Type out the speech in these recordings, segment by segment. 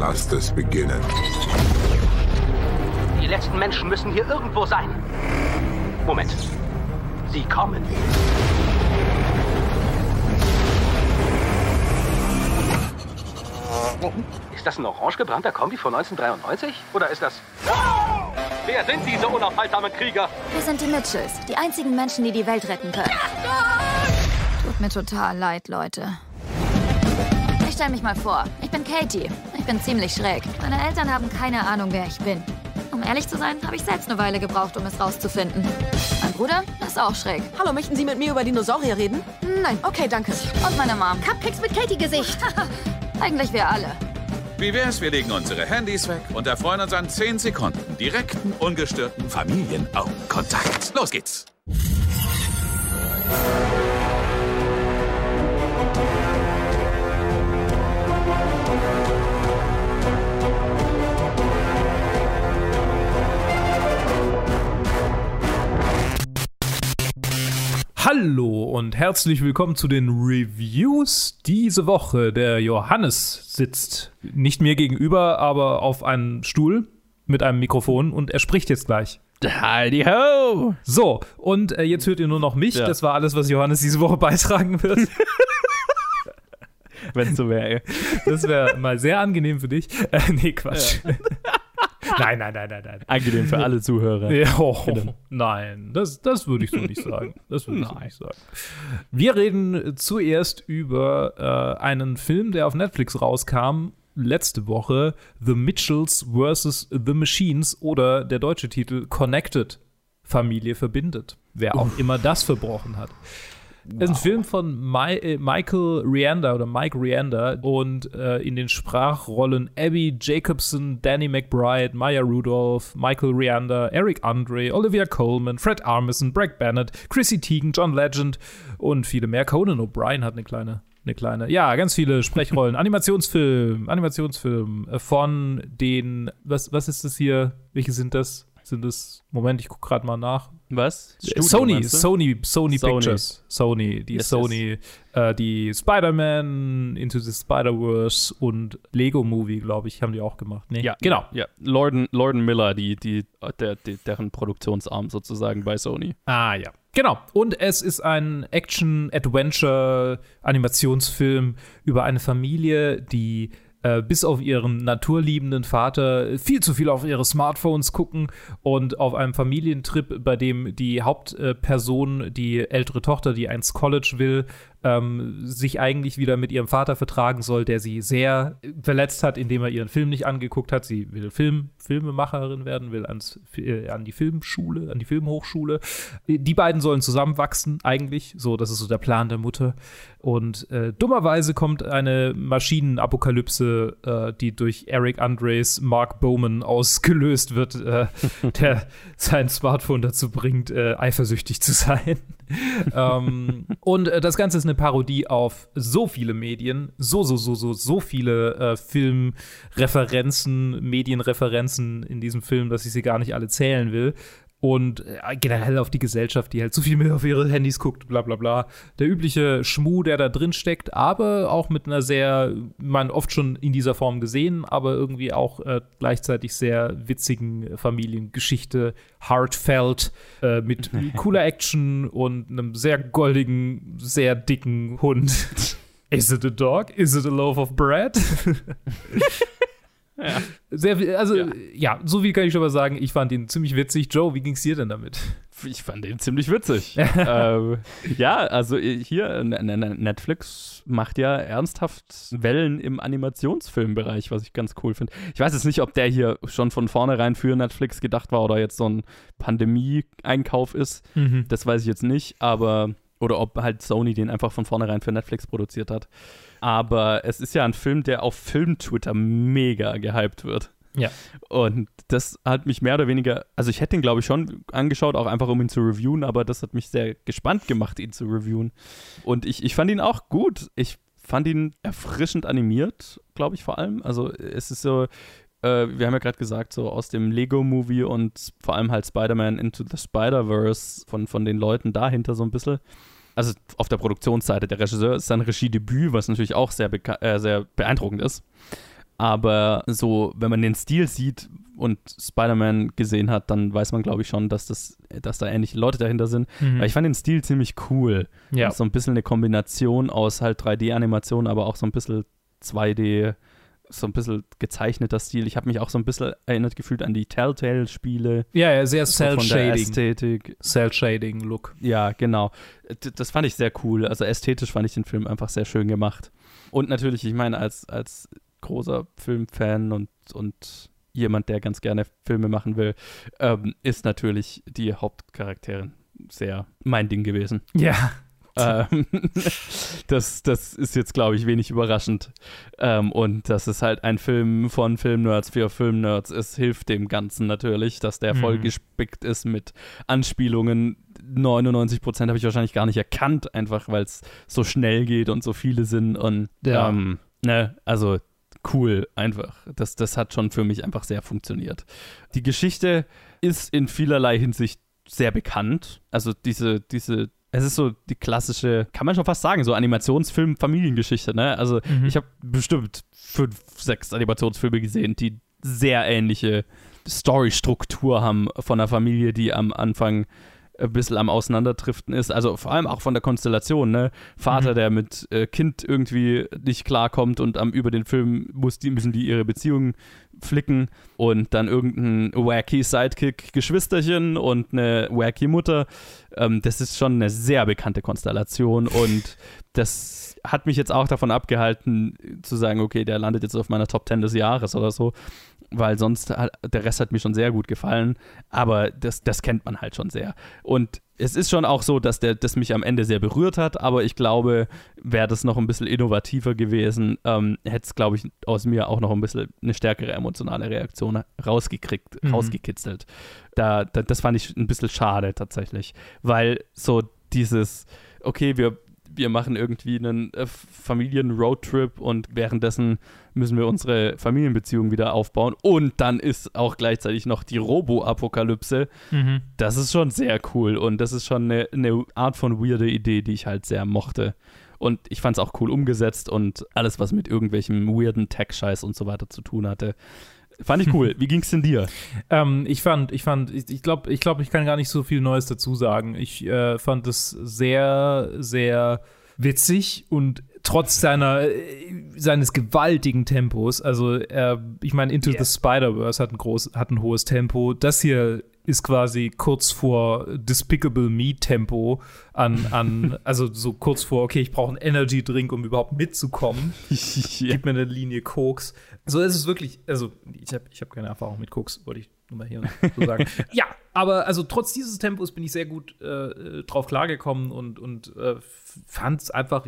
Lasst es beginnen. Die letzten Menschen müssen hier irgendwo sein. Moment. Sie kommen. Ist das ein orange gebrannter Kombi von 1993? Oder ist das... Wer sind diese unaufhaltsamen Krieger? Wir sind die Mitchells, die einzigen Menschen, die die Welt retten können. Tut mir total leid, Leute. Ich stell mich mal vor. Ich bin Katie. Ich bin ziemlich schräg. Meine Eltern haben keine Ahnung, wer ich bin. Um ehrlich zu sein, habe ich selbst eine Weile gebraucht, um es rauszufinden. Mein Bruder ist auch schräg. Hallo, möchten Sie mit mir über Dinosaurier reden? Nein. Okay, danke. Und meine Mom. Cupcakes mit Katie-Gesicht. Eigentlich wir alle. Wie wär's, wir legen unsere Handys weg und erfreuen uns an 10 Sekunden direkten, ungestörten Familienaugenkontakt. Los geht's! Hallo und herzlich willkommen zu den Reviews. Diese Woche, der Johannes sitzt nicht mir gegenüber, aber auf einem Stuhl mit einem Mikrofon und er spricht jetzt gleich. Heidi ho! So, und jetzt hört ihr nur noch mich. Ja. Das war alles, was Johannes diese Woche beitragen wird. Wenn es so wäre. Das wäre mal sehr angenehm für dich. Nee, Quatsch. Ja. Nein. Angenehm für alle Zuhörer. Ja, nein, das würde ich so nicht sagen. Wir reden zuerst über einen Film, der auf Netflix rauskam letzte Woche, The Mitchells vs. The Machines oder der deutsche Titel Connected, Familie verbindet. Wer auch immer das verbrochen hat. Das ist ein Film von Mike Rianda und in den Sprachrollen Abby Jacobson, Danny McBride, Maya Rudolph, Michael Rianda, Eric Andre, Olivia Colman, Fred Armisen, Brad Bennett, Chrissy Teigen, John Legend und viele mehr. Conan O'Brien hat eine kleine, ja, ganz viele Sprechrollen. Animationsfilm von den, was ist das hier? Welche sind das? Moment, ich gucke gerade mal nach. Was? Sony Pictures. Sony, die Spider-Man, Into the Spider-Verse und Lego Movie, glaube ich, haben die auch gemacht. Nee? Ja, genau. Ja. Lorden Miller, deren Produktionsarm sozusagen bei Sony. Ah, ja. Genau. Und es ist ein Action-Adventure-Animationsfilm über eine Familie, die bis auf ihren naturliebenden Vater viel zu viel auf ihre Smartphones gucken und auf einem Familientrip, bei dem die Hauptperson, die ältere Tochter, die ins College will, sich eigentlich wieder mit ihrem Vater vertragen soll, der sie sehr verletzt hat, indem er ihren Film nicht angeguckt hat. Sie will Filmemacherin werden, will an die Filmhochschule. Die beiden sollen zusammenwachsen eigentlich. So, das ist so der Plan der Mutter. Und dummerweise kommt eine Maschinenapokalypse, die durch Eric Andres Mark Bowman ausgelöst wird, der sein Smartphone dazu bringt, eifersüchtig zu sein. Und das Ganze ist eine Parodie auf so viele Medien, so viele Filmreferenzen, Medienreferenzen in diesem Film, dass ich sie gar nicht alle zählen will. Und generell auf die Gesellschaft, die halt zu viel mehr auf ihre Handys guckt, bla bla bla. Der übliche Schmuh, der da drin steckt, aber auch mit einer sehr, man oft schon in dieser Form gesehen, aber irgendwie auch gleichzeitig sehr witzigen Familiengeschichte, heartfelt, mit cooler Action und einem sehr goldigen, sehr dicken Hund. Is it a dog? Is it a loaf of bread? Ja. Ja, so viel kann ich schon mal sagen. Ich fand ihn ziemlich witzig. Joe, wie ging's dir denn damit? Ich fand ihn ziemlich witzig. Ja, also hier, Netflix macht ja ernsthaft Wellen im Animationsfilmbereich, was ich ganz cool finde. Ich weiß jetzt nicht, ob der hier schon von vornherein für Netflix gedacht war oder jetzt so ein Pandemie-Einkauf ist. Mhm. Das weiß ich jetzt nicht, oder ob halt Sony den einfach von vornherein für Netflix produziert hat. Aber es ist ja ein Film, der auf Film-Twitter mega gehypt wird. Ja. Und das hat mich mehr oder weniger, also ich hätte ihn, glaube ich, schon angeschaut, auch einfach um ihn zu reviewen, aber das hat mich sehr gespannt gemacht, ihn zu reviewen. Und ich fand ihn auch gut. Ich fand ihn erfrischend animiert, glaube ich, vor allem. Also es ist so, wir haben ja gerade gesagt, so aus dem Lego-Movie und vor allem halt Spider-Man Into the Spider-Verse von den Leuten dahinter so ein bisschen. Also auf der Produktionsseite, der Regisseur ist sein Regiedebüt, was natürlich auch sehr beeindruckend ist. aber so, wenn man den Stil sieht und Spider-Man gesehen hat, dann weiß man, glaube ich, schon, dass da ähnliche Leute dahinter sind. Weil ich fand den Stil ziemlich cool. Ja. So ein bisschen eine Kombination aus halt 3D-Animation, aber auch so ein bisschen 2D, so ein bisschen gezeichneter Stil. Ich habe mich auch so ein bisschen erinnert gefühlt an die Telltale-Spiele. Ja, sehr so von der Cell-Shading. Ästhetik. Cell-Shading-Look. Ja, genau. Das fand ich sehr cool. Also ästhetisch fand ich den Film einfach sehr schön gemacht. Und natürlich, ich meine, als großer Filmfan und jemand, der ganz gerne Filme machen will, ist natürlich die Hauptcharakterin sehr mein Ding gewesen. Ja. Das ist jetzt, glaube ich, wenig überraschend. Und dass es halt ein Film von Filmnerds für Filmnerds ist, hilft dem Ganzen natürlich, dass der voll gespickt ist mit Anspielungen. 99% habe ich wahrscheinlich gar nicht erkannt, einfach weil es so schnell geht und so viele sind. Und also cool einfach. Das hat schon für mich einfach sehr funktioniert. Die Geschichte ist in vielerlei Hinsicht sehr bekannt. Also es ist so die klassische, kann man schon fast sagen, so Animationsfilm-Familiengeschichte, ne? Also ich habe bestimmt 5, 6 Animationsfilme gesehen, die sehr ähnliche Storystruktur haben von einer Familie, die am Anfang ein bisschen am Auseinanderdriften ist. Also vor allem auch von der Konstellation, ne? Vater, der mit Kind irgendwie nicht klarkommt und über den Film müssen die ihre Beziehungen flicken und dann irgendein wacky Sidekick Geschwisterchen und eine wacky Mutter. Das ist schon eine sehr bekannte Konstellation und das hat mich jetzt auch davon abgehalten zu sagen, okay, der landet jetzt auf meiner Top 10 des Jahres oder so, weil sonst der Rest hat mir schon sehr gut gefallen, aber das kennt man halt schon sehr. Und es ist schon auch so, dass das mich am Ende sehr berührt hat, aber ich glaube, wäre das noch ein bisschen innovativer gewesen, hätte es, glaube ich, aus mir auch noch ein bisschen eine stärkere emotionale Reaktion rausgekitzelt. Das fand ich ein bisschen schade tatsächlich, weil so dieses, okay, wir machen irgendwie einen Familien-Roadtrip und währenddessen müssen wir unsere Familienbeziehung wieder aufbauen und dann ist auch gleichzeitig noch die Robo-Apokalypse. Das ist schon sehr cool und das ist schon eine Art von weirde Idee, die ich halt sehr mochte. Und ich fand es auch cool umgesetzt und alles, was mit irgendwelchem weirden Tech-Scheiß und so weiter zu tun hatte. Fand ich cool. Wie ging's denn dir? Ich glaube, ich kann gar nicht so viel Neues dazu sagen. Ich fand es sehr, sehr witzig und trotz seines gewaltigen Tempos, also ich meine, Into the Spider-Verse hat ein hohes Tempo. Das hier ist quasi kurz vor Despicable Me Tempo also so kurz vor, okay, ich brauche einen Energy Drink, um überhaupt mitzukommen. Gib mir eine Linie Koks. So ist es wirklich, also ich hab keine Erfahrung mit Koks, wollte ich nur mal hier so sagen. Ja, aber also trotz dieses Tempos bin ich sehr gut drauf klargekommen und fand es einfach,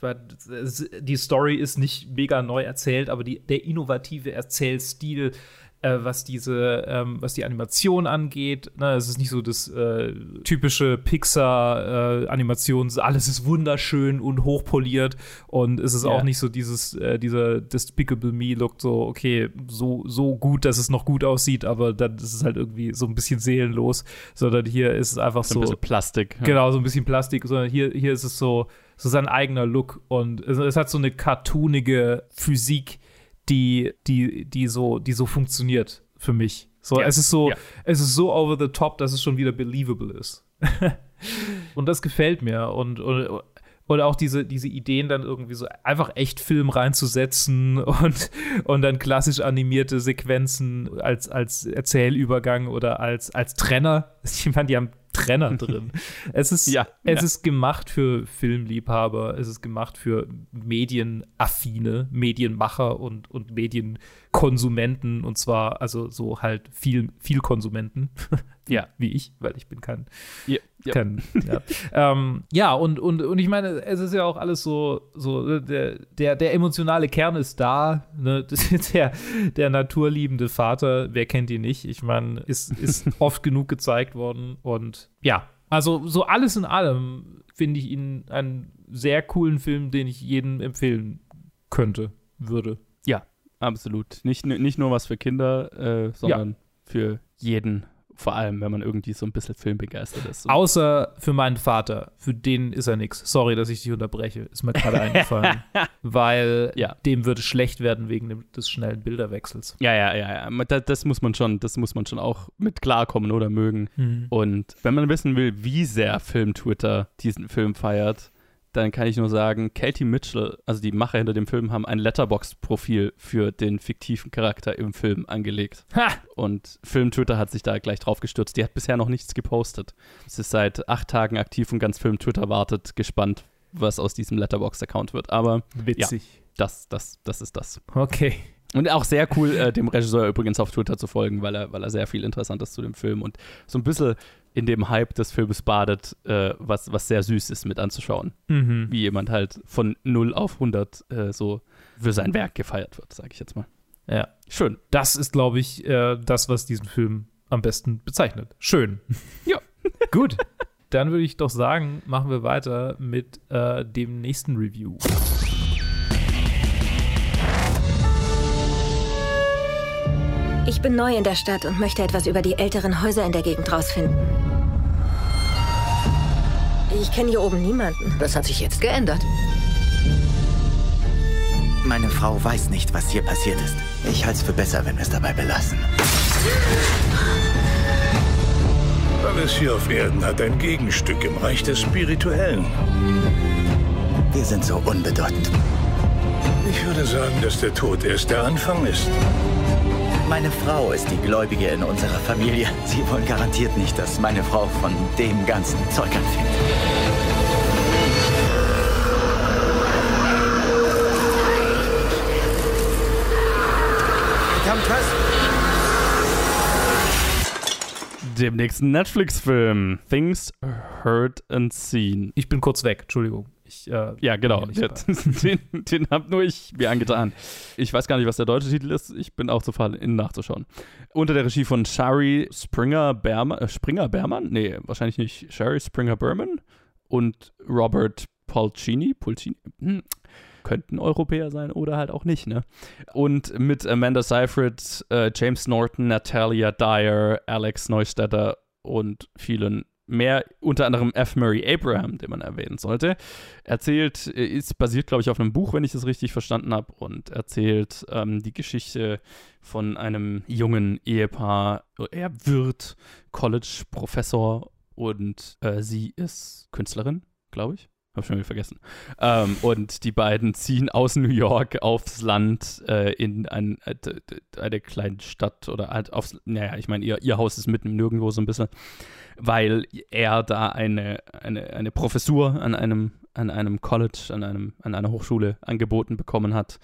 die Story ist nicht mega neu erzählt, aber der innovative Erzählstil, was die Animation angeht. Ne, es ist nicht so das typische Pixar-Animation, alles ist wunderschön und hochpoliert und es ist auch nicht so dieser Despicable Me-Look, so, okay, so gut, dass es noch gut aussieht, aber dann ist es halt irgendwie so ein bisschen seelenlos, sondern hier ist es einfach so. Ein bisschen Plastik. Ja. Genau, so ein bisschen Plastik, sondern hier ist es so sein eigener Look und es hat so eine cartoonige Physik, die so funktioniert für mich. So, es ist so over the top, dass es schon wieder believable ist. Und das gefällt mir. Und auch diese Ideen dann irgendwie so einfach echt Film reinzusetzen und dann klassisch animierte Sequenzen als Erzählübergang oder als Trenner. Ich meine, die haben Trenner drin. Es ist gemacht für Filmliebhaber, es ist gemacht für Medienaffine, Medienmacher und Medienkonsumenten und zwar also so halt viel Konsumenten. Wie ich, weil ich bin kein und ich meine, es ist ja auch alles so der emotionale Kern ist da, ne? Das ist der naturliebende Vater, wer kennt ihn nicht? Ich meine, ist oft genug gezeigt worden und also so alles in allem finde ich ihn einen sehr coolen Film, den ich jedem empfehlen würde. Ja, absolut. Nicht nur was für Kinder, sondern für jeden Vor allem, wenn man irgendwie so ein bisschen filmbegeistert ist. Außer für meinen Vater. Für den ist er nix. Sorry, dass ich dich unterbreche. Ist mir gerade eingefallen. Weil dem würde schlecht werden wegen des schnellen Bilderwechsels. Ja. Das muss man schon auch mit klarkommen oder mögen. Und wenn man wissen will, wie sehr Film-Twitter diesen Film feiert, dann kann ich nur sagen, Katie Mitchell, also die Macher hinter dem Film, haben ein Letterboxd-Profil für den fiktiven Charakter im Film angelegt. Und Film-Twitter hat sich da gleich drauf gestürzt. Die hat bisher noch nichts gepostet. Es ist seit 8 Tagen aktiv und ganz Film-Twitter wartet gespannt, was aus diesem Letterboxd-Account wird. Aber witzig. Ja, das ist das. Okay. Und auch sehr cool, dem Regisseur übrigens auf Twitter zu folgen, weil er sehr viel Interessantes zu dem Film und so ein bisschen in dem Hype des Filmes badet, was sehr süß ist mit anzuschauen. Wie jemand halt von 0 auf 100 so für sein Werk gefeiert wird, sage ich jetzt mal. Ja. Schön. Das ist, glaube ich, das, was diesen Film am besten bezeichnet. Schön. Ja. Gut. Dann würde ich doch sagen, machen wir weiter mit dem nächsten Review. Ich bin neu in der Stadt und möchte etwas über die älteren Häuser in der Gegend rausfinden. Ich kenne hier oben niemanden. Das hat sich jetzt geändert. Meine Frau weiß nicht, was hier passiert ist. Ich halte es für besser, wenn wir es dabei belassen. Alles hier auf Erden hat ein Gegenstück im Reich des Spirituellen. Wir sind so unbedeutend. Ich würde sagen, dass der Tod erst der Anfang ist. Meine Frau ist die Gläubige in unserer Familie. Sie wollen garantiert nicht, dass meine Frau von dem ganzen Zeug anfängt. Kommt was? Dem nächsten Netflix-Film Things Heard and Seen. Ich bin kurz weg, Entschuldigung. Ja, genau. Den hab nur ich mir angetan. Ich weiß gar nicht, was der deutsche Titel ist. Ich bin auch zu faul, ihn nachzuschauen. Unter der Regie von Shari Springer-Berman? Nee, wahrscheinlich nicht. Shari Springer-Berman und Robert Pulcini. Könnten Europäer sein oder halt auch nicht, ne? Und mit Amanda Seyfried, James Norton, Natalia Dyer, Alex Neustadter und vielen mehr, unter anderem F. Murray Abraham, den man erwähnen sollte. Basiert, glaube ich, auf einem Buch, wenn ich das richtig verstanden habe, und erzählt die Geschichte von einem jungen Ehepaar. Er wird College-Professor und sie ist Künstlerin, glaube ich. Hab schon wieder vergessen. Und die beiden ziehen aus New York aufs Land in eine kleine Stadt oder halt ich meine, ihr Haus ist mitten im Nirgendwo so ein bisschen, weil er da eine Professur an einem College, an einer Hochschule angeboten bekommen hat.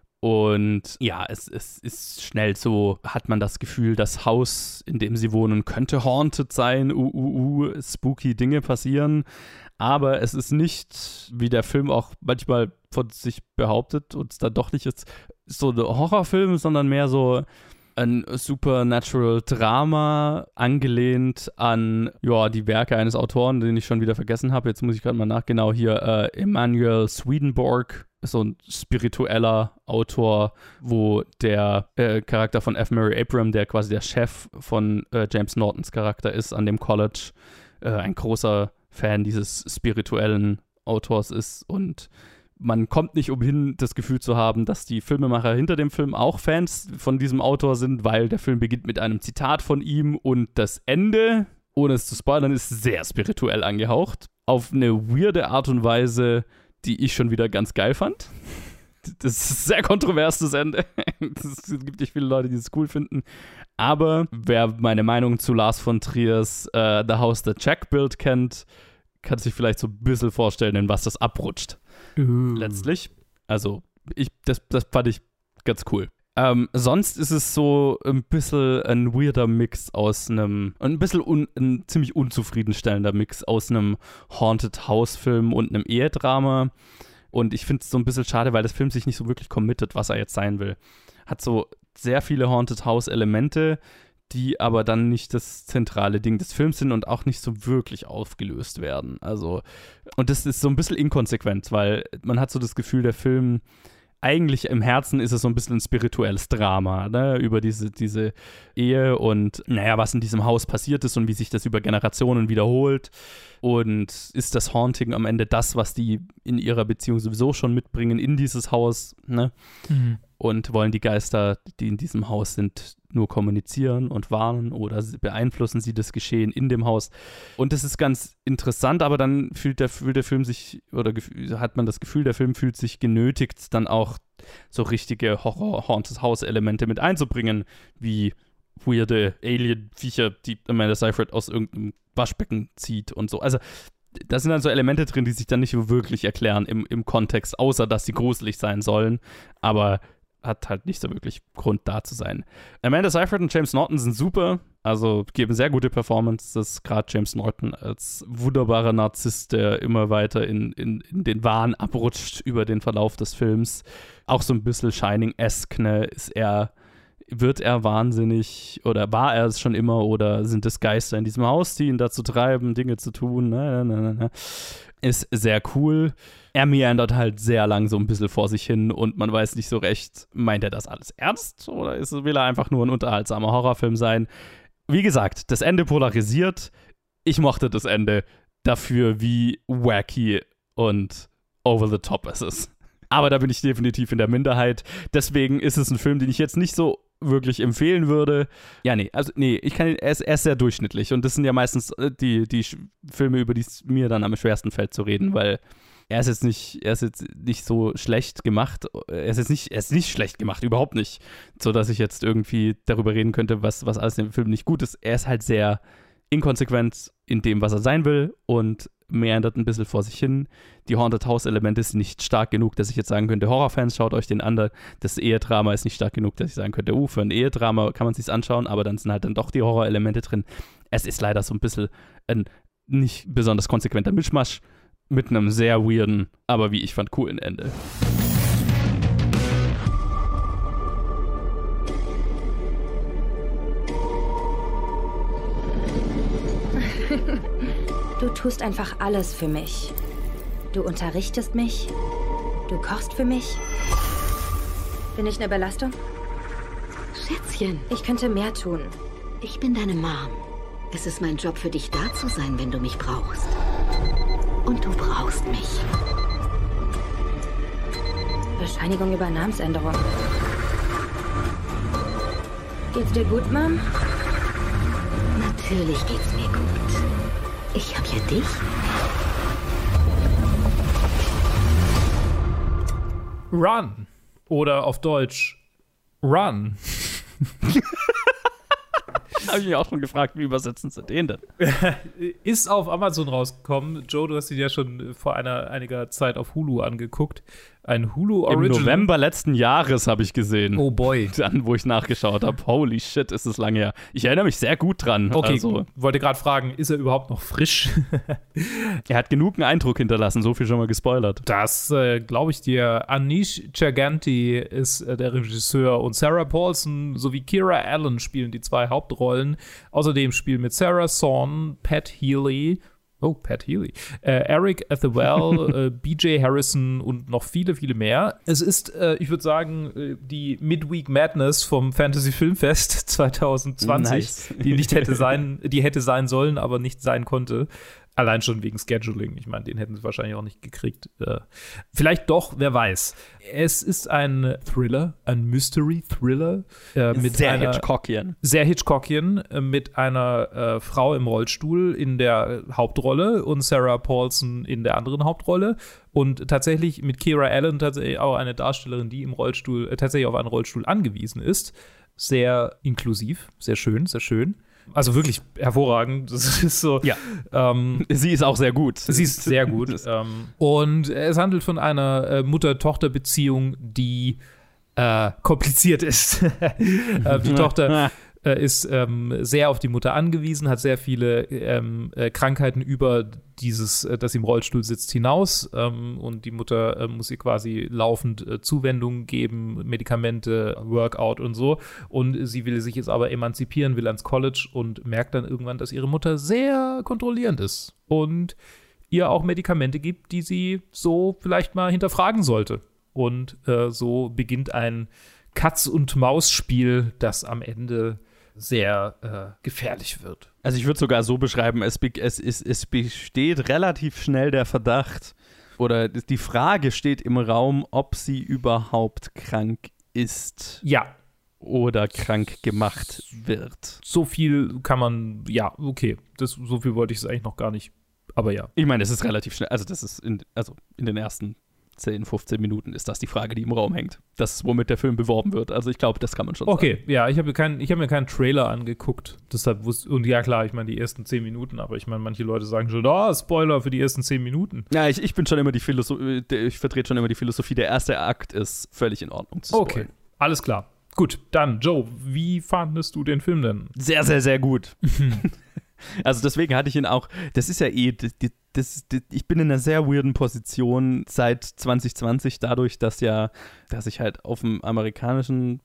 Und ja, es ist schnell so, hat man das Gefühl, das Haus, in dem sie wohnen, könnte haunted sein, spooky Dinge passieren. Aber es ist nicht, wie der Film auch manchmal von sich behauptet und es dann doch nicht ist, so ein Horrorfilm, sondern mehr so ein Supernatural Drama, angelehnt an die Werke eines Autoren, den ich schon wieder vergessen habe. Jetzt muss ich gerade mal nachgenau hier. Emanuel Swedenborg, so ein spiritueller Autor, wo der Charakter von F. Murray Abraham, der quasi der Chef von James Nortons Charakter ist an dem College, ein großer Fan dieses spirituellen Autors ist, und man kommt nicht umhin, das Gefühl zu haben, dass die Filmemacher hinter dem Film auch Fans von diesem Autor sind, weil der Film beginnt mit einem Zitat von ihm und das Ende, ohne es zu spoilern, ist sehr spirituell angehaucht. Auf eine weirde Art und Weise, die ich schon wieder ganz geil fand. Das ist ein sehr kontrovers, das Ende. Es gibt nicht viele Leute, die es cool finden. Aber wer meine Meinung zu Lars von Triers The House That Jack Built kennt, kann sich vielleicht so ein bisschen vorstellen, in was das abrutscht. Letztlich. Also, das fand ich ganz cool. Sonst ist es so ein bisschen ein weirder Mix aus ein ziemlich unzufriedenstellender Mix aus einem Haunted House Film und einem Ehedrama. Und ich finde es so ein bisschen schade, weil das Film sich nicht so wirklich committet, was er jetzt sein will. Hat so sehr viele Haunted House Elemente, die aber dann nicht das zentrale Ding des Films sind und auch nicht so wirklich aufgelöst werden. Also, und das ist so ein bisschen inkonsequent, weil man hat so das Gefühl, der Film eigentlich im Herzen ist es so ein bisschen ein spirituelles Drama, ne? Über diese Ehe und was in diesem Haus passiert ist und wie sich das über Generationen wiederholt. Und ist das Haunting am Ende das, was die in ihrer Beziehung sowieso schon mitbringen in dieses Haus, ne? Mhm. Und wollen die Geister, die in diesem Haus sind, nur kommunizieren und warnen oder beeinflussen sie das Geschehen in dem Haus. Und das ist ganz interessant, aber dann fühlt der Film sich, oder hat man das Gefühl, der Film fühlt sich genötigt, dann auch so richtige Horror-Haunted-House-Elemente mit einzubringen, wie weirde Alien-Viecher, die Amanda Seyfried aus irgendeinem Waschbecken zieht und so. Also da sind dann so Elemente drin, die sich dann nicht wirklich erklären im Kontext, außer dass sie gruselig sein sollen, aber hat halt nicht so wirklich Grund da zu sein. Amanda Seyfried und James Norton sind super, also geben sehr gute Performances, gerade James Norton als wunderbarer Narzisst, der immer weiter in den Wahn abrutscht über den Verlauf des Films. Auch so ein bisschen Shining-esque, ne? Wird er wahnsinnig oder war er es schon immer oder sind es Geister in diesem Haus, die ihn dazu treiben, Dinge zu tun? Ist sehr cool. Er meandert halt sehr lang so ein bisschen vor sich hin und man weiß nicht so recht, meint er das alles ernst oder will er einfach nur ein unterhaltsamer Horrorfilm sein? Wie gesagt, das Ende polarisiert. Ich mochte das Ende dafür, wie wacky und over the top es ist. Aber da bin ich definitiv in der Minderheit. Deswegen ist es ein Film, den ich jetzt nicht so wirklich empfehlen würde. Ja, er ist sehr durchschnittlich und das sind ja meistens die Filme, über die es mir dann am schwersten fällt zu reden, weil er ist jetzt nicht so schlecht gemacht. Er ist nicht schlecht gemacht, überhaupt nicht. So, dass ich jetzt irgendwie darüber reden könnte, was alles in dem Film nicht gut ist. Er ist halt sehr inkonsequent in dem, was er sein will und meandert ein bisschen vor sich hin. Die Haunted House-Elemente sind nicht stark genug, dass ich jetzt sagen könnte, Horrorfans, schaut euch den an. Das Ehedrama ist nicht stark genug, dass ich sagen könnte, für ein Ehedrama kann man sich's anschauen, aber dann sind halt dann doch die Horror-Elemente drin. Es ist leider so ein bisschen ein nicht besonders konsequenter Mischmasch mit einem sehr weirden, aber wie ich fand, coolen Ende. Du tust einfach alles für mich. Du unterrichtest mich. Du kochst für mich. Bin ich eine Belastung? Schätzchen. Ich könnte mehr tun. Ich bin deine Mom. Es ist mein Job, für dich da zu sein, wenn du mich brauchst. Und du brauchst mich. Bescheinigung über Namensänderung. Geht's dir gut, Mom? Natürlich geht's mir gut. Ich hab ja dich. Run. Oder auf Deutsch Run. Habe ich mich auch schon gefragt, wie übersetzen sie den denn? Ist auf Amazon rausgekommen. Joe, du hast ihn ja schon vor einiger Zeit auf Hulu angeguckt. Ein Hulu Original. Im November letzten Jahres habe ich gesehen. Oh boy. Dann, wo ich nachgeschaut habe. Holy shit, ist es lange her. Ich erinnere mich sehr gut dran. Okay, also, wollte gerade fragen, ist er überhaupt noch frisch? Er hat genug einen Eindruck hinterlassen, so viel schon mal gespoilert. Das glaube ich dir. Anish Chaganty ist der Regisseur und Sarah Paulson sowie Kira Allen spielen die zwei Hauptrollen. Außerdem spielen mit Sarah Sawn, Pat Healy, Eric Athewell, BJ Harrison und noch viele, viele mehr. Es ist, ich würde sagen, die Midweek Madness vom Fantasy Filmfest 2020, nice. die hätte sein sollen, aber nicht sein konnte. Allein schon wegen Scheduling. Ich meine, den hätten sie wahrscheinlich auch nicht gekriegt. Vielleicht doch, wer weiß. Es ist ein Thriller, ein Mystery-Thriller. Sehr Hitchcockian. Sehr Hitchcockian, mit einer Frau im Rollstuhl in der Hauptrolle und Sarah Paulson in der anderen Hauptrolle. Und tatsächlich mit Kira Allen tatsächlich auch eine Darstellerin, die im Rollstuhl, tatsächlich auf einen Rollstuhl angewiesen ist. Sehr inklusiv, sehr schön, sehr schön. Also wirklich hervorragend. Das ist so. Ja. Sie ist auch sehr gut. Sie ist sehr gut. Und es handelt von einer Mutter-Tochter-Beziehung, die kompliziert ist. Die Tochter ist sehr auf die Mutter angewiesen, hat sehr viele Krankheiten über dieses, dass sie im Rollstuhl sitzt, hinaus. Und die Mutter muss ihr quasi laufend Zuwendung geben, Medikamente, Workout und so. Und sie will sich jetzt aber emanzipieren, will ans College und merkt dann irgendwann, dass ihre Mutter sehr kontrollierend ist. Und ihr auch Medikamente gibt, die sie so vielleicht mal hinterfragen sollte. und so beginnt ein Katz-und-Maus-Spiel, das am Ende sehr gefährlich wird. Also ich würde sogar so beschreiben, es besteht relativ schnell der Verdacht oder die Frage steht im Raum, ob sie überhaupt krank ist. Ja. Oder krank gemacht wird. So viel kann man, ja, okay, so viel wollte ich es eigentlich noch gar nicht, aber ja. Ich meine, es ist relativ schnell, also das ist in den ersten 10, 15 Minuten ist das die Frage, die im Raum hängt. Das ist, womit der Film beworben wird. Also ich glaube, das kann man schon sagen. Okay, ja, ich hab mir keinen Trailer angeguckt. Deshalb und ja klar, ich meine die ersten 10 Minuten, aber ich meine, manche Leute sagen schon, Spoiler für die ersten 10 Minuten. Ja, ich bin schon immer ich vertrete schon immer die Philosophie, der erste Akt ist völlig in Ordnung zu spoilern. Okay, alles klar. Gut, dann, Joe, wie fandest du den Film denn? Sehr, sehr, sehr gut. Also deswegen hatte ich ihn auch, das ist ja ich bin in einer sehr weirden Position seit 2020, dadurch, dass ich halt auf dem amerikanischen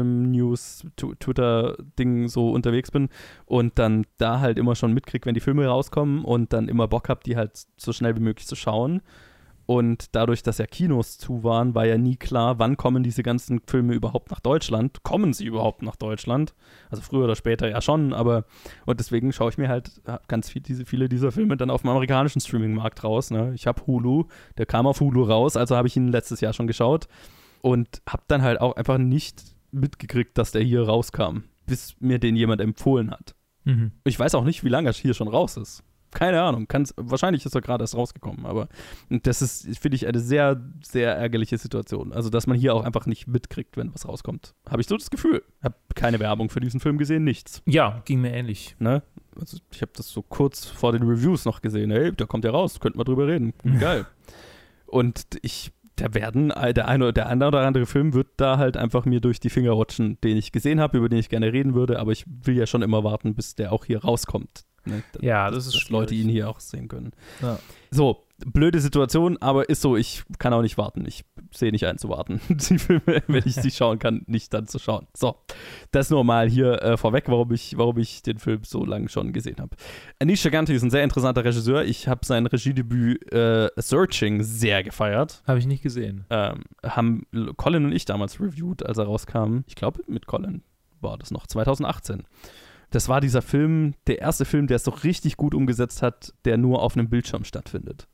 Film-News-Twitter-Ding so unterwegs bin und dann da halt immer schon mitkriege, wenn die Filme rauskommen und dann immer Bock habe, die halt so schnell wie möglich zu schauen. Und dadurch, dass ja Kinos zu waren, war ja nie klar, wann kommen diese ganzen Filme überhaupt nach Deutschland. Kommen sie überhaupt nach Deutschland? Also früher oder später ja schon, und deswegen schaue ich mir halt ganz viele dieser Filme dann auf dem amerikanischen Streaming-Markt raus. Ne? Ich habe Hulu, der kam auf Hulu raus, also habe ich ihn letztes Jahr schon geschaut und habe dann halt auch einfach nicht mitgekriegt, dass der hier rauskam, bis mir den jemand empfohlen hat. Mhm. Ich weiß auch nicht, wie lange er hier schon raus ist. Keine Ahnung, wahrscheinlich ist er gerade erst rausgekommen, aber das ist, finde ich, eine sehr, sehr ärgerliche Situation. Also, dass man hier auch einfach nicht mitkriegt, wenn was rauskommt. Habe ich so das Gefühl. Habe keine Werbung für diesen Film gesehen, nichts. Ja, ging mir ähnlich. Ne? Also, ich habe das so kurz vor den Reviews noch gesehen. Hey, da kommt ja raus, könnten wir drüber reden. Geil. Und der eine oder andere Film wird da halt einfach mir durch die Finger rutschen, den ich gesehen habe, über den ich gerne reden würde, aber ich will ja schon immer warten, bis der auch hier rauskommt. Ne? Ja, das ist dass Leute ihn hier auch sehen können. Ja. So, blöde Situation, aber ist so, ich kann auch nicht warten. Ich sehe nicht ein zu warten, die Filme, wenn ich sie schauen kann, nicht dann zu schauen. So, das nur mal hier vorweg, warum ich den Film so lange schon gesehen habe. Anish Chaganty ist ein sehr interessanter Regisseur. Ich habe sein Regiedebüt Searching sehr gefeiert. Habe ich nicht gesehen. Haben Colin und ich damals reviewed, als er rauskam. Ich glaube, mit Colin war das noch 2018. Das war dieser Film, der erste Film, der es so richtig gut umgesetzt hat, der nur auf einem Bildschirm stattfindet.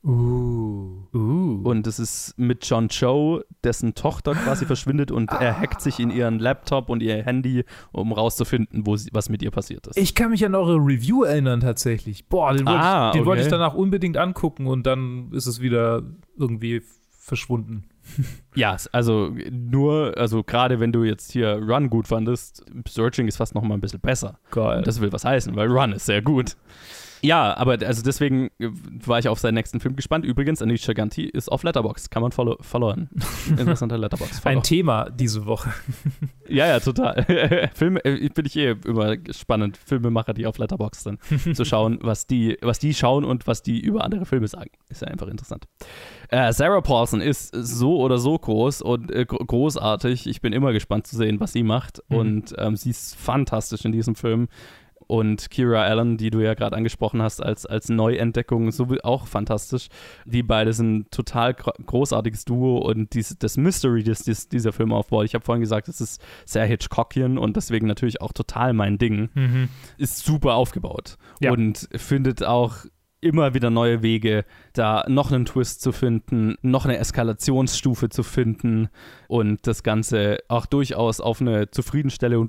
Und es ist mit John Cho, dessen Tochter quasi verschwindet und er hackt sich in ihren Laptop und ihr Handy, um rauszufinden, was mit ihr passiert ist. Ich kann mich an eure Review erinnern tatsächlich. Boah, den wollte ich danach unbedingt angucken und dann ist es wieder irgendwie verschwunden. Ja, also gerade wenn du jetzt hier Run gut fandest, Searching ist fast noch mal ein bisschen besser. Geil. Das will was heißen, weil Run ist sehr gut. Ja, aber also deswegen war ich auf seinen nächsten Film gespannt. Übrigens, Anish Chaganty ist auf Letterboxd. Kann man followen. Interessanter Letterboxd-Follow. Ein Thema diese Woche. Ja, total. Filme, finde ich immer spannend, Filmemacher, die auf Letterboxd sind, zu schauen, was die schauen und was die über andere Filme sagen. Ist ja einfach interessant. Sarah Paulson ist so oder so groß und großartig. Ich bin immer gespannt zu sehen, was sie macht. Und sie ist fantastisch in diesem Film. Und Kira Allen, die du ja gerade angesprochen hast, als Neuentdeckung, so auch fantastisch. Die beide sind ein total großartiges Duo und das Mystery, das dieser Film aufbaut, ich habe vorhin gesagt, es ist sehr Hitchcockian und deswegen natürlich auch total mein Ding, ist super aufgebaut und findet auch immer wieder neue Wege, da noch einen Twist zu finden, noch eine Eskalationsstufe zu finden und das Ganze auch durchaus auf eine zufriedenstellende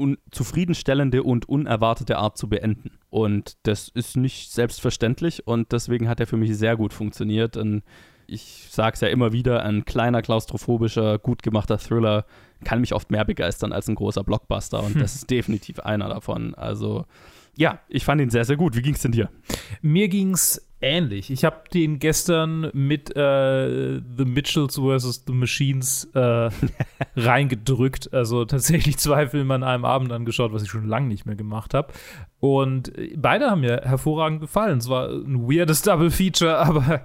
und unerwartete Art zu beenden. Und das ist nicht selbstverständlich und deswegen hat er für mich sehr gut funktioniert. Und ich sage es ja immer wieder, ein kleiner, klaustrophobischer, gut gemachter Thriller kann mich oft mehr begeistern als ein großer Blockbuster und das ist definitiv einer davon. Also ja, ich fand ihn sehr, sehr gut. Wie ging's denn dir? Mir ging's ähnlich. Ich habe den gestern mit The Mitchells vs. The Machines reingedrückt. Also tatsächlich 2 Filme an einem Abend angeschaut, was ich schon lange nicht mehr gemacht habe. Und beide haben mir hervorragend gefallen. Es war ein weirdes Double Feature, aber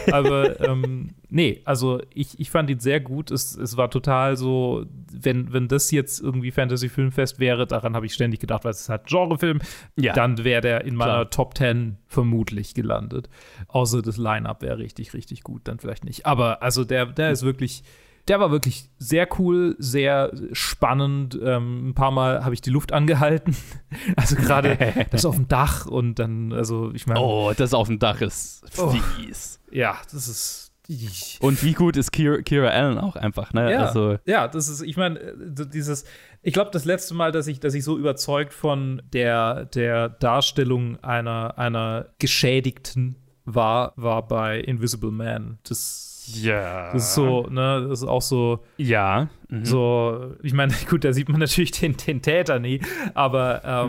nee, also ich fand ihn sehr gut. Es war total so, wenn das jetzt irgendwie Fantasy-Filmfest wäre, daran habe ich ständig gedacht, weil es ist halt Genrefilm, dann wäre der in meiner Top 10 vermutlich gelandet. Außer das Line-Up wäre richtig, richtig gut, dann vielleicht nicht. Aber also der ist wirklich Der war wirklich sehr cool, sehr spannend. Ein paar Mal habe ich die Luft angehalten. Also gerade das auf dem Dach und dann, also ich meine. Oh, das auf dem Dach ist fies. Ja, das ist. Und wie gut ist Kira Allen auch einfach, ne? Ja, also, ja, das ist, ich meine, ich glaube, das letzte Mal, dass ich so überzeugt von der Darstellung einer Geschädigten war bei Invisible Man. Das ist so, ne, das ist auch so. Ja. So, ich meine, gut, da sieht man natürlich den Täter nie, aber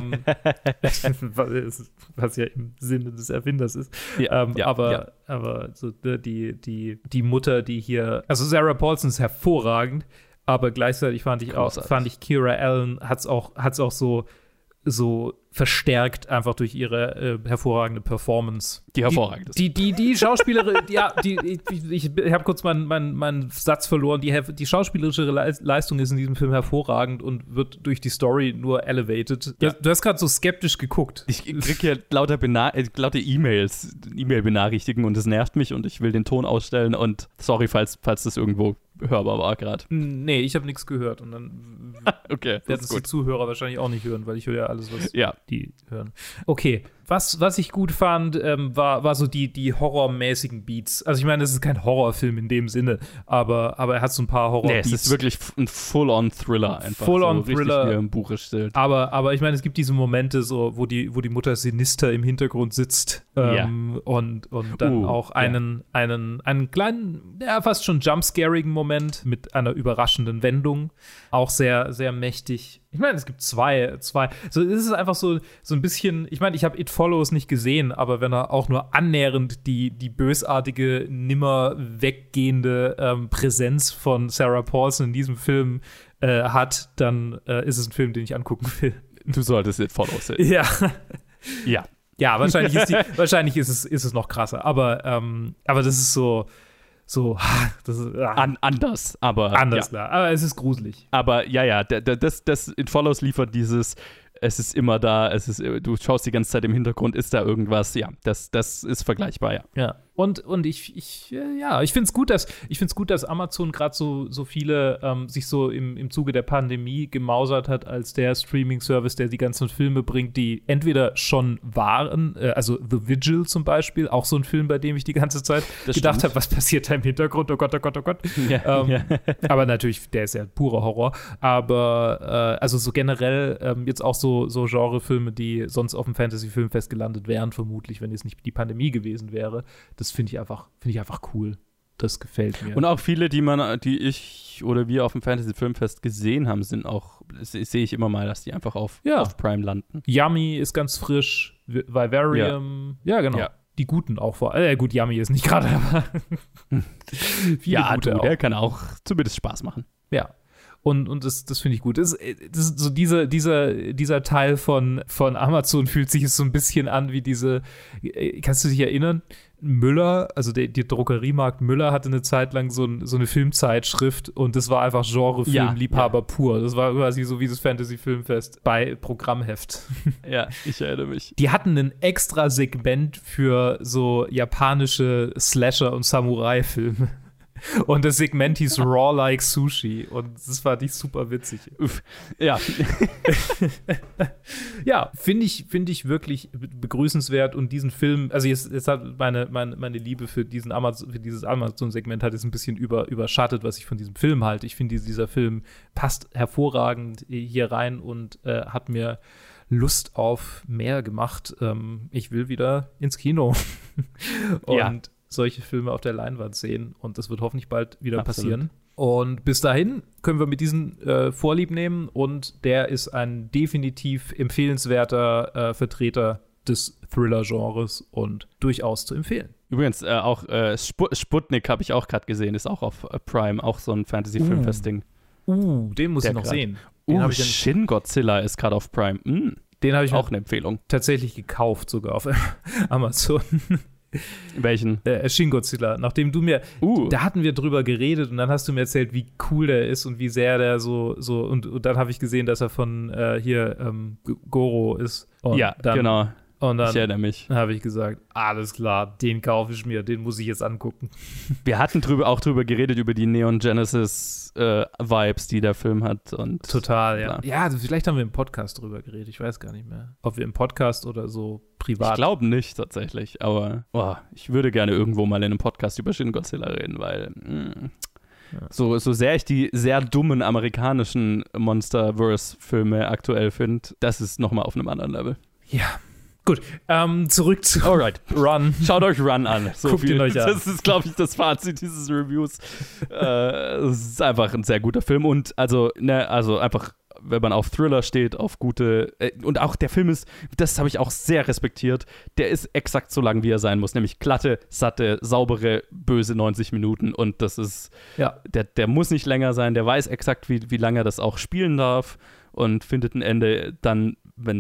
was ja im Sinne des Erfinders ist. Aber so die Mutter, die hier, also Sarah Paulson ist hervorragend, aber gleichzeitig fand ich Kira Allen hat's auch so verstärkt einfach durch ihre hervorragende Performance. Die hervorragend ist. Die Schauspielerin, ich habe kurz meinen Satz verloren. Die schauspielerische Leistung ist in diesem Film hervorragend und wird durch die Story nur elevated. Ja. Du hast gerade so skeptisch geguckt. Ich krieg hier lauter E-Mails, E-Mail-Benachrichtigungen und das nervt mich und ich will den Ton ausstellen und sorry, falls das irgendwo hörbar war gerade. Nee, ich habe nichts gehört und dann okay, werden es die Zuhörer wahrscheinlich auch nicht hören, weil ich höre ja alles, was die hören. Okay, was ich gut fand, war so die horrormäßigen Beats. Also ich meine, es ist kein Horrorfilm in dem Sinne, aber er hat so ein paar Horror-Beats. Nee, es ist wirklich ein Full-on-Thriller einfach. Full-on-Thriller. Richtig wie im Buch steht. Aber ich meine, es gibt diese Momente, so, wo die Mutter sinister im Hintergrund sitzt und dann auch einen kleinen, fast schon jumpscarigen Moment mit einer überraschenden Wendung. Auch sehr, sehr mächtig. Ich meine, es gibt zwei. So, es ist einfach so ein bisschen, ich meine, ich habe It Follows nicht gesehen, aber wenn er auch nur annähernd die bösartige, nimmer weggehende Präsenz von Sarah Paulson in diesem Film hat, dann ist es ein Film, den ich angucken will. Du solltest It Follows sehen. Ja. Ja. Ja, wahrscheinlich ist es noch krasser, aber das ist so das ist, anders, aber klar. Aber es ist gruselig. Aber das It Follows liefert dieses, es ist immer da, du schaust die ganze Zeit im Hintergrund, ist da irgendwas, das ist vergleichbar, Ja. Und ich finde es gut, dass Amazon gerade so viele sich so im Zuge der Pandemie gemausert hat als der Streaming-Service, der die ganzen Filme bringt, die entweder schon waren, also The Vigil zum Beispiel, auch so ein Film, bei dem ich die ganze Zeit gedacht habe, was passiert da im Hintergrund, oh Gott, oh Gott, oh Gott. Aber natürlich, der ist ja purer Horror, aber also so generell jetzt auch so Genrefilme, die sonst auf dem Fantasy-Filmfest gelandet wären, vermutlich, wenn es nicht die Pandemie gewesen wäre. Das finde ich einfach cool. Das gefällt mir. Und auch viele, die ich oder wir auf dem Fantasy-Filmfest gesehen haben, sind auch, sehe ich immer mal, dass die einfach auf Prime landen. Yummy ist ganz frisch, Vivarium, ja genau. Ja. Die Guten auch vor. Gut, Yummy ist nicht gerade, aber viele gute auch. Der kann auch zumindest Spaß machen. Ja. Und das finde ich gut. Das ist so dieser Teil von Amazon fühlt sich so ein bisschen an wie diese, kannst du dich erinnern? Müller, also der Drogeriemarkt Müller hatte eine Zeit lang so eine Filmzeitschrift und das war einfach Genrefilm-Liebhaber pur. Das war quasi so wie das Fantasy-Filmfest bei Programmheft. Ja, ich erinnere mich. Die hatten ein extra Segment für so japanische Slasher- und Samurai-Filme. Und das Segment hieß Raw Like Sushi und das fand ich super witzig. Ja. Ja, finde ich wirklich begrüßenswert und diesen Film, also jetzt hat meine Liebe für dieses Amazon-Segment hat jetzt ein bisschen überschattet, was ich von diesem Film halte. Ich finde, dieser Film passt hervorragend hier rein und hat mir Lust auf mehr gemacht. Ich will wieder ins Kino. Und solche Filme auf der Leinwand sehen und das wird hoffentlich bald wieder passieren. Und bis dahin können wir mit diesen Vorlieb nehmen und der ist ein definitiv empfehlenswerter Vertreter des Thriller-Genres und durchaus zu empfehlen. Übrigens, auch Sputnik habe ich auch gerade gesehen, ist auch auf Prime, auch so ein Fantasy-Filmfest-Ding. Den muss ich noch sehen. Shin Godzilla ist gerade auf Prime. Den habe ich auch eine Empfehlung. Tatsächlich gekauft sogar auf Amazon. Welchen? Shin Godzilla. Nachdem du mir, da hatten wir drüber geredet und dann hast du mir erzählt, wie cool der ist und wie sehr der so und dann habe ich gesehen, dass er von Goro ist. Und ja, dann, genau. Und dann ich erinnere mich. habe ich gesagt, alles klar, den kaufe ich mir, den muss ich jetzt angucken. Wir hatten auch drüber geredet, über die Neon Genesis Vibes, die der Film hat. Und total, ja. klar. Ja, also vielleicht haben wir im Podcast drüber geredet, ich weiß gar nicht mehr. Ob wir im Podcast oder so privat. Ich glaube nicht tatsächlich, aber ich würde gerne irgendwo mal in einem Podcast über Shin Godzilla reden, weil so sehr ich die sehr dummen amerikanischen Monsterverse-Filme aktuell finde, das ist nochmal auf einem anderen Level. Ja. Gut, zurück zu Alright. Run. Schaut euch Run an. Guckt ihn euch an. Das ist, glaube ich, das Fazit dieses Reviews. Es ist einfach ein sehr guter Film und also einfach, wenn man auf Thriller steht, auf gute und auch der Film ist, das habe ich auch sehr respektiert, der ist exakt so lang, wie er sein muss, nämlich glatte, satte, saubere, böse 90 Minuten und das ist, der muss nicht länger sein, der weiß exakt, wie lange er das auch spielen darf und findet ein Ende dann, wenn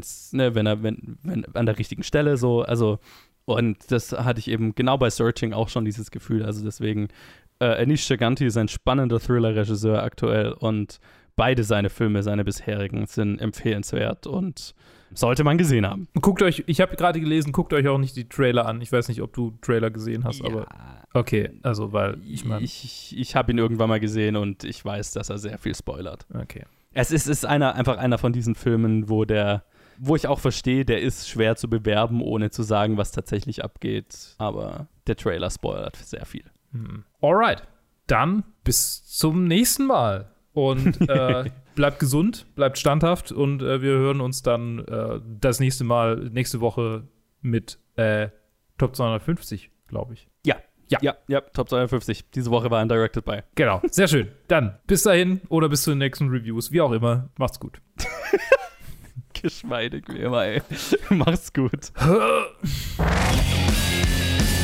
an der richtigen Stelle so, also und das hatte ich eben genau bei Searching auch schon dieses Gefühl, also deswegen Anish Chaganty ist ein spannender Thriller-Regisseur aktuell und beide seine Filme, seine bisherigen, sind empfehlenswert und sollte man gesehen haben. Guckt euch, ich habe gerade gelesen, guckt euch auch nicht die Trailer an. Ich weiß nicht, ob du Trailer gesehen hast, aber okay, also weil ich meine... Ich habe ihn irgendwann mal gesehen und ich weiß, dass er sehr viel spoilert. Okay. Es ist einfach einer von diesen Filmen, wo ich auch verstehe, der ist schwer zu bewerben, ohne zu sagen, was tatsächlich abgeht, aber der Trailer spoilert sehr viel. Alright, dann bis zum nächsten Mal. Und bleibt gesund, bleibt standhaft und wir hören uns dann das nächste Mal, nächste Woche mit Top 250, glaube ich. Ja, Top 250. Diese Woche war ein Directed By. Genau, sehr schön. Dann bis dahin oder bis zu den nächsten Reviews, wie auch immer. Macht's gut. Geschmeidig wie immer, ey. Macht's gut.